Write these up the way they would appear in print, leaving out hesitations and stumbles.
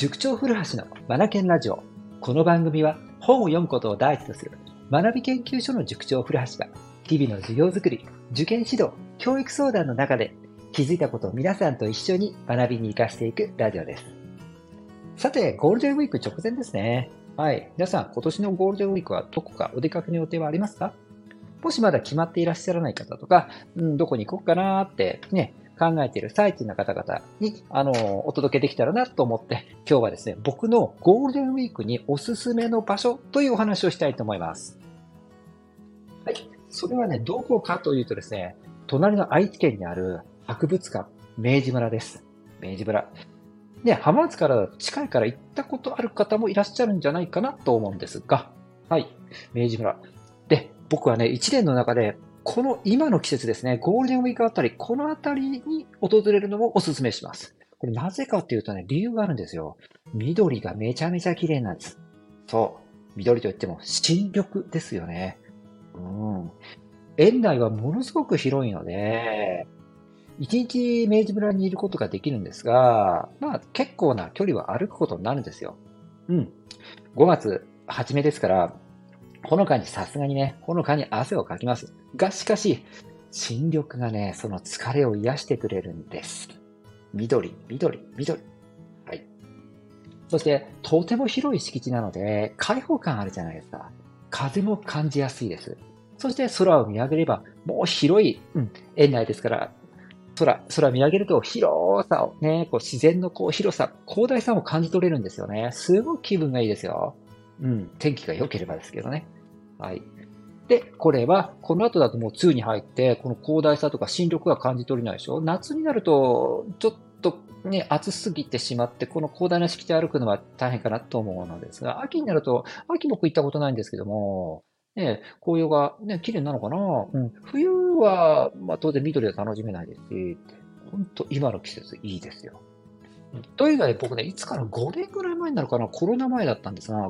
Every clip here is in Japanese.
塾長古橋のマナケンラジオ。この番組は本を読むことを第一とする学び研究所の塾長古橋が日々の授業づくり、受験指導、教育相談の中で気づいたことを皆さんと一緒に学びに生かしていくラジオです。さて、ゴールデンウィーク直前ですね。はい。皆さん、今年のゴールデンウィークはどこかお出かけの予定はありますか？もしまだ決まっていらっしゃらない方とか、どこに行こうかなーってね、考えている最中の方々に、お届けできたらなと思って、今日はですね、僕のゴールデンウィークにおすすめの場所というお話をしたいと思います。はい。それはね、どこかというとですね、隣の愛知県にある博物館、明治村です。明治村。ね、浜松から近いから行ったことある方もいらっしゃるんじゃないかなと思うんですが、はい。明治村。で、僕はね、1年の中で、この今の季節ですね、ゴールデンウィークあたり、このあたりに訪れるのもおすすめします。これなぜかっていうとね、理由があるんですよ。緑がめちゃめちゃ綺麗なんです。そう。緑といっても新緑ですよね。園内はものすごく広いので、1日明治村にいることができるんですが、まあ結構な距離は歩くことになるんですよ。5月初めですから、ほのかにさすがにね、ほのかに汗をかきます。が、しかし、新緑がね、その疲れを癒してくれるんです。緑、緑、緑。はい。そして、とても広い敷地なので、開放感あるじゃないですか。風も感じやすいです。そして空を見上げれば、もう広い、園内ですから、空見上げると広さをね、こう自然のこう広さ、広大さも感じ取れるんですよね。すごく気分がいいですよ。天気が良ければですけどね。はい。で、これは、この後だともう梅雨に入って、この広大さとか新緑が感じ取れないでしょ。夏になると、ちょっとね、暑すぎてしまって、この広大な敷地を歩くのは大変かなと思うのですが、秋になると、秋僕行ったことないんですけども、ね、紅葉がね、綺麗なのかな。冬は、まあ当然緑は楽しめないですし、本当今の季節いいですよ。というかね、僕ね、いつから5年ぐらい前になるかな、コロナ前だったんですが、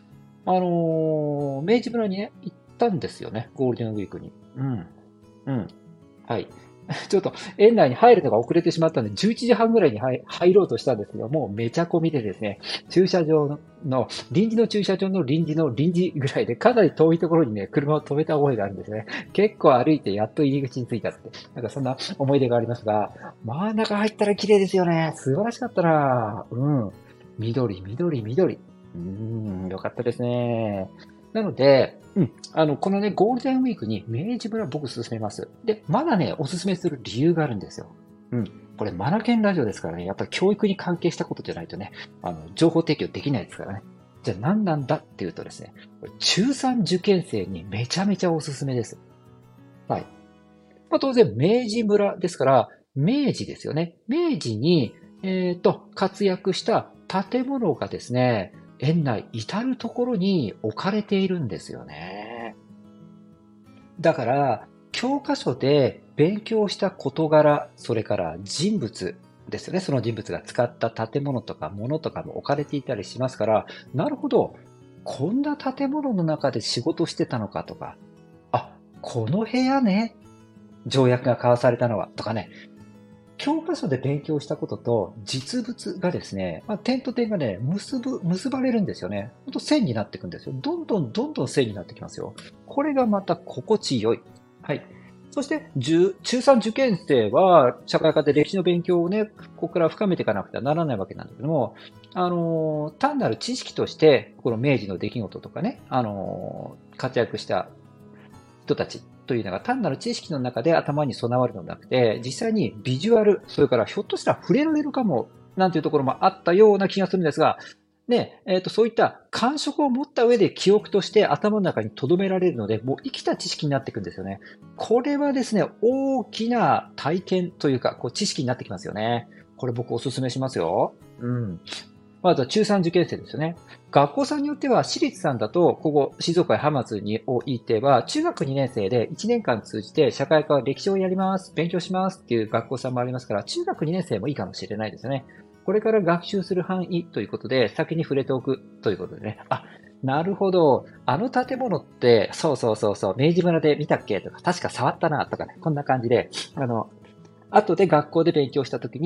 明治村にね、行ったんですよね、ゴールデンウィークに。はい。ちょっと、園内に入るのが遅れてしまったんで、11時半ぐらいに入ろうとしたんですけど、もうめちゃ混みでですね、駐車場の、臨時の駐車場の臨時の臨時ぐらいで、かなり遠いところにね、車を止めた覚えがあるんですね。結構歩いてやっと入り口に着いたって、なんかそんな思い出がありますが、まあ中入ったら綺麗ですよね。素晴らしかったな。緑、緑、緑。よかったですね。なので、このね、ゴールデンウィークに明治村僕勧めます。で、まだね、おすすめする理由があるんですよ。これ、マナケンラジオですからね、やっぱり教育に関係したことじゃないとね、情報提供できないですからね。じゃあ何なんだっていうとですね、これ中3受験生にめちゃめちゃおすすめです。はい。まあ、当然、明治村ですから、明治ですよね。明治に、活躍した建物がですね、園内至るところに置かれているんですよね。だから、教科書で勉強した事柄、それから人物ですよね。その人物が使った建物とか物とかも置かれていたりしますから、なるほど、こんな建物の中で仕事してたのかとか、あ、この部屋ね、条約が交わされたのは、とかね、教科書で勉強したことと実物がですね、点と点がね、結ばれるんですよね。ほんと線になっていくんですよ。どんどんどんどん線になってきますよ。これがまた心地よい。はい。そして、中3受験生は、社会科で歴史の勉強をね、ここから深めていかなくてはならないわけなんだけども、単なる知識として、この明治の出来事とかね、活躍した人たちというのが単なる知識の中で頭に備わるのではなくて、実際にビジュアル、それからひょっとしたら触れられるかも、なんていうところもあったような気がするんですが、ね、そういった感触を持った上で記憶として頭の中に留められるので、もう生きた知識になっていくんですよね。これはですね、大きな体験というか、こう知識になってきますよね。これ僕お勧めしますよ。まずは中3受験生ですよね。学校さんによっては、私立さんだと、ここ、静岡浜松においては、中学2年生で1年間通じて社会科歴史をやります、勉強しますっていう学校さんもありますから、中学2年生もいいかもしれないですね。これから学習する範囲ということで、先に触れておくということでね。あ、なるほど。あの建物って、そうそうそうそう、明治村で見たっけとか、確か触ったなとかね、こんな感じで、後で学校で勉強したときに、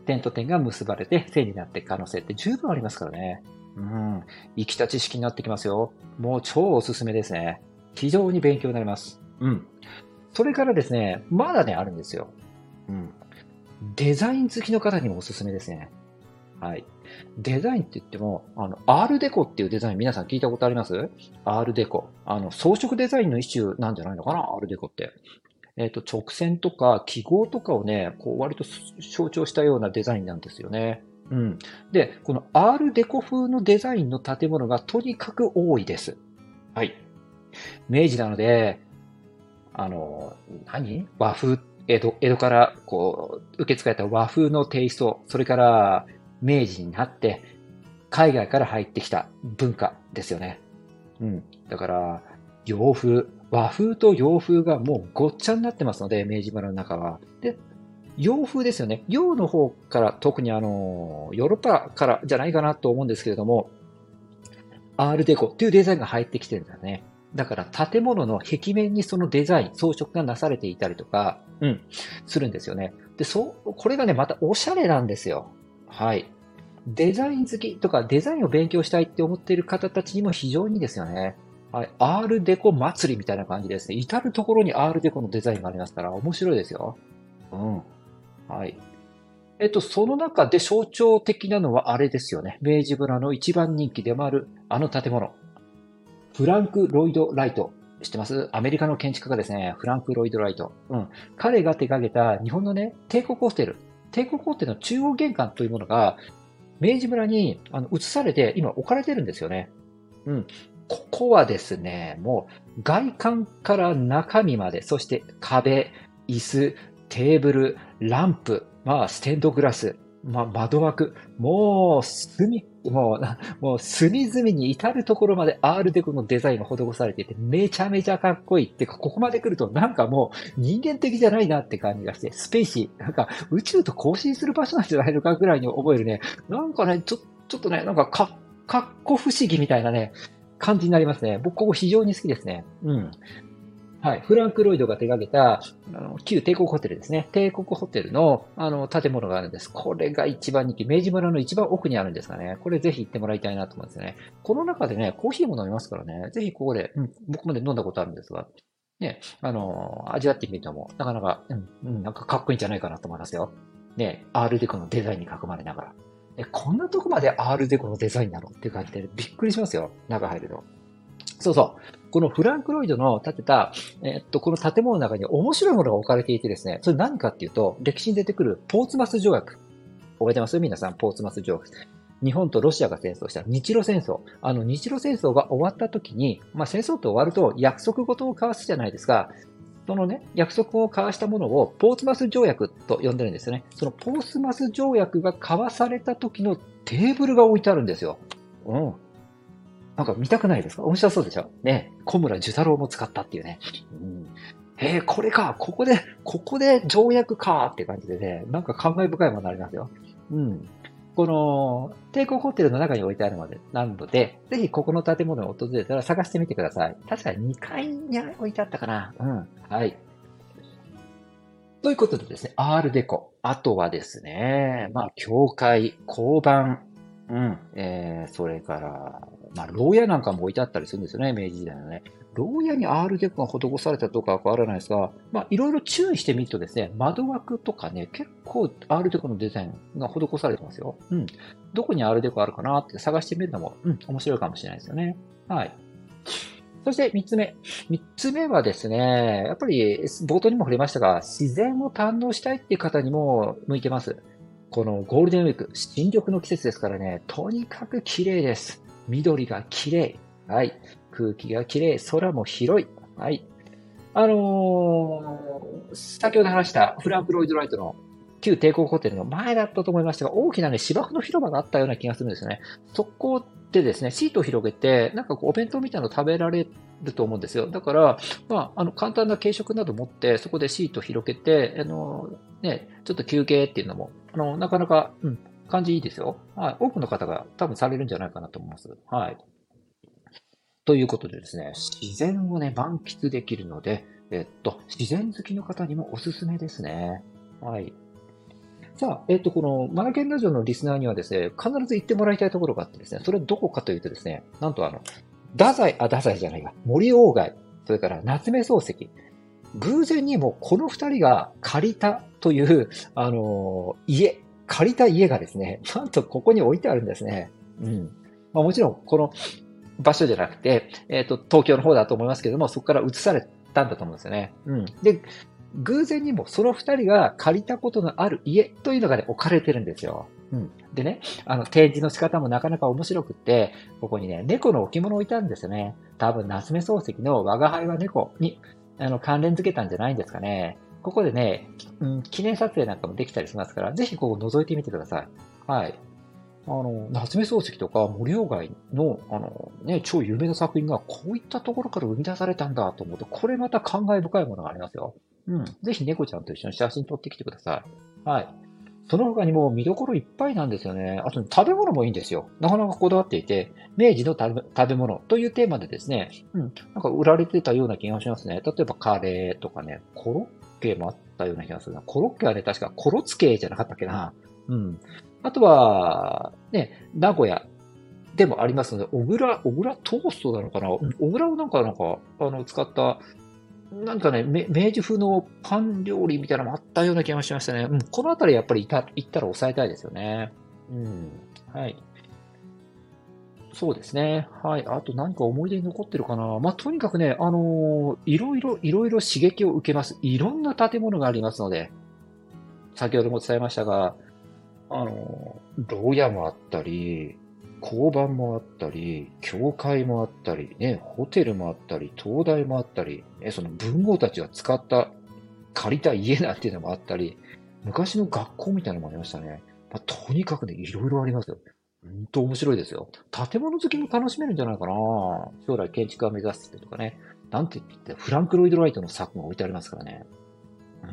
点と点が結ばれて線になっていく可能性って十分ありますからね。うん。生きた知識になってきますよ。もう超おすすめですね。非常に勉強になります。うん。それからですね、まだね、あるんですよ。うん。デザイン好きの方にもおすすめですね。はい。デザインって言っても、アールデコっていうデザイン皆さん聞いたことあります？アールデコ。装飾デザインの一種なんじゃないのかな、アールデコって。直線とか記号とかをね、こう割と象徴したようなデザインなんですよね。うん。で、このアールデコ風のデザインの建物がとにかく多いです。はい。明治なので、あの、和風、江戸からこう、受け継がれた和風のテイスト、それから明治になって、海外から入ってきた文化ですよね。うん。だから、洋風、和風と洋風がもうごっちゃになってますので、明治村の中は。で、洋風ですよね。洋の方から、特にヨーロッパからじゃないかなと思うんですけれども、アールデコっていうデザインが入ってきてるんだね。だから建物の壁面にそのデザイン、装飾がなされていたりとか、するんですよね。で、これがね、またおしゃれなんですよ。はい。デザイン好きとかデザインを勉強したいって思っている方たちにも非常にいいですよね。はい。アールデコ祭りみたいな感じですね。至るところにアールデコのデザインがありますから面白いですよ。うん。はい。その中で象徴的なのはあれですよね。明治村の一番人気でもあるあの建物。フランク・ロイド・ライト。知ってます？アメリカの建築家ですね。フランク・ロイド・ライト。うん。彼が手掛けた日本のね、帝国ホテル。帝国ホテルの中央玄関というものが、明治村に移されて今置かれてるんですよね。うん。ここはですね、もう外観から中身まで、そして壁、椅子、テーブル、ランプ、まあステンドグラス、まあ窓枠、もう隅々に至るところまでアールデコのデザインが施されていて、めちゃめちゃかっこいい。ってか、ここまで来るとなんかもう人間的じゃないなって感じがして、スペーシー、なんか宇宙と交信する場所なんじゃないのかぐらいに思えるね、なんかね、ちょっとね、なんかかっこ不思議みたいなね、感じになりますね。僕、ここ非常に好きですね。うん。はい。フランク・ロイドが手掛けた、旧帝国ホテルですね。帝国ホテルの、建物があるんです。これが一番人気。明治村の一番奥にあるんですがね。これぜひ行ってもらいたいなと思うんですよね。この中でね、コーヒーも飲みますからね。ぜひここで、僕まで飲んだことあるんですが、ね、味わってみるのも、なかなか、なんかかっこいいんじゃないかなと思いますよ。ね、アールデコのデザインに囲まれながら。こんなとこまでアールデコのデザインなのっていう感じでびっくりしますよ。中入ると。そうそう。このフランク・ロイドの建てた、この建物の中に面白いものが置かれていてですね、それ何かっていうと、歴史に出てくるポーツマス条約。覚えてます皆さん、ポーツマス条約。日本とロシアが戦争した日露戦争。日露戦争が終わった時に、まあ戦争って終わると約束事を交わすじゃないですか。そのね、約束を交わしたものをポーツマス条約と呼んでるんですよね。そのポーツマス条約が交わされた時のテーブルが置いてあるんですよ。うん。なんか見たくないですか？面白そうでしょね。小村寿太郎も使ったっていうね。うん、これか、ここで条約かって感じでね、なんか感慨深いものになりますよ。うん。この、帝国ホテルの中に置いてあるので、なので、ぜひここの建物を訪れたら探してみてください。確かに2階に置いてあったかな。うん。はい。ということでですね、アールデコ。あとはですね、まあ、教会、交番、それから、まあ、牢屋なんかも置いてあったりするんですよね、明治時代のね。牢屋にアールデコが施されたとかはわからないですが、まあ、いろいろ注意してみるとですね、窓枠とかね、結構アールデコのデザインが施されてますよ。うん。どこにアールデコあるかなって探してみるのも、面白いかもしれないですよね。はい。そして三つ目。三つ目はですね、やっぱり冒頭にも触れましたが、自然を堪能したいっていう方にも向いてます。このゴールデンウィーク、新緑の季節ですからね、とにかく綺麗です。緑が綺麗。はい。空気が綺麗。空も広い。はい。先ほど話したフランク・ロイド・ライトの旧帝国ホテルの前だったと思いましたが、大きなね、芝生の広場があったような気がするんですよね。そこでですね、シートを広げて、なんかこうお弁当みたいなの食べられると思うんですよ。だから、まあ、簡単な軽食など持って、そこでシートを広げて、ちょっと休憩っていうのも、なかなか、感じいいですよ。はい。多くの方が多分されるんじゃないかなと思います。はい。ということでですね、自然をね、満喫できるので、自然好きの方にもおすすめですね。はい。 さあ、このマナケンラジオのリスナーにはですね、必ず行ってもらいたいところがあってですね、それはどこかというとですね、なんと太宰じゃないか、森鴎外、それから夏目漱石、偶然にもこの二人が借りたという、借りた家がですね、なんとここに置いてあるんですね。うん。まあもちろん、この場所じゃなくて、東京の方だと思いますけれども、そこから移されたんだと思うんですよね。うん。で、偶然にもその二人が借りたことのある家というのがね、置かれてるんですよ。うん。でね、展示の仕方もなかなか面白くって、ここにね、猫の置物を置いてあるんですよね。多分、夏目漱石の我が輩は猫に、関連付けたんじゃないんですかね。ここでね、記念撮影なんかもできたりしますから、ぜひここ覗いてみてください。はい。夏目漱石とか森鴎外の、超有名な作品がこういったところから生み出されたんだと思うと、これまた感慨深いものがありますよ。うん。ぜひ猫ちゃんと一緒に写真撮ってきてください。はい。その他にも見どころいっぱいなんですよね。あと、食べ物もいいんですよ。なかなかこだわっていて、明治の食べ物というテーマでですね、なんか売られてたような気がしますね。例えばカレーとかね、コロッケもあったような気がするな。コロッケはね、確かコロツケじゃなかったっけな。うん。あとは、ね、名古屋でもありますので、小倉トーストなのかな、小倉を使った、なんかね、明治風のパン料理みたいなのもあったような気がしましたね。うん、このあたりやっぱり行ったら抑えたいですよね。うん。はい。そうですね。はい。あと何か思い出に残ってるかな。まあ、とにかくね、いろいろ刺激を受けます。いろんな建物がありますので、先ほども伝えましたが、牢屋もあったり、交番もあったり、教会もあったり、ね、ホテルもあったり、東大もあったり、ね、その文豪たちが使った借りた家なんていうのもあったり、昔の学校みたいなのもありましたね。まあ、とにかくね、いろいろありますよ。本当面白いですよ。建物好きも楽しめるんじゃないかな。将来建築家を目指す人とかね。なんて言ってフランク・ロイド・ライトの作が置いてありますからね。うん。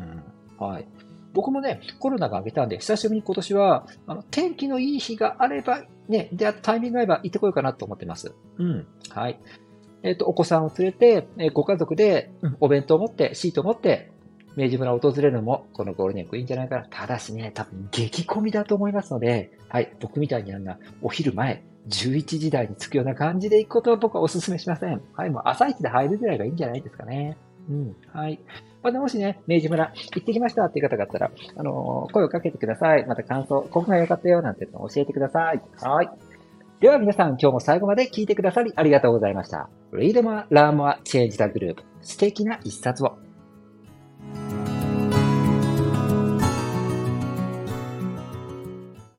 はい。僕もね、コロナが明けたんで、久しぶりに今年は、天気のいい日があれば、ね、で、タイミングが合えば行ってこようかなと思ってます。うん。はい。お子さんを連れて、ご家族で、お弁当を持って、シートを持って、明治村を訪れるのも、このゴールデンウィークいいんじゃないかな。ただしね、多分激混みだと思いますので、はい。僕みたいにお昼前、11時台に着くような感じで行くことは僕はお勧めしません。はい。もう朝一で入るぐらいがいいんじゃないですかね。うん。はい。まあ、もしね、明治村行ってきましたっていう方があったら、声をかけてください。また感想、ここが良かったよなんていうのを教えてください。はい。では皆さん、今日も最後まで聞いてくださりありがとうございました。Read more, learn more, change the group。素敵な一冊を。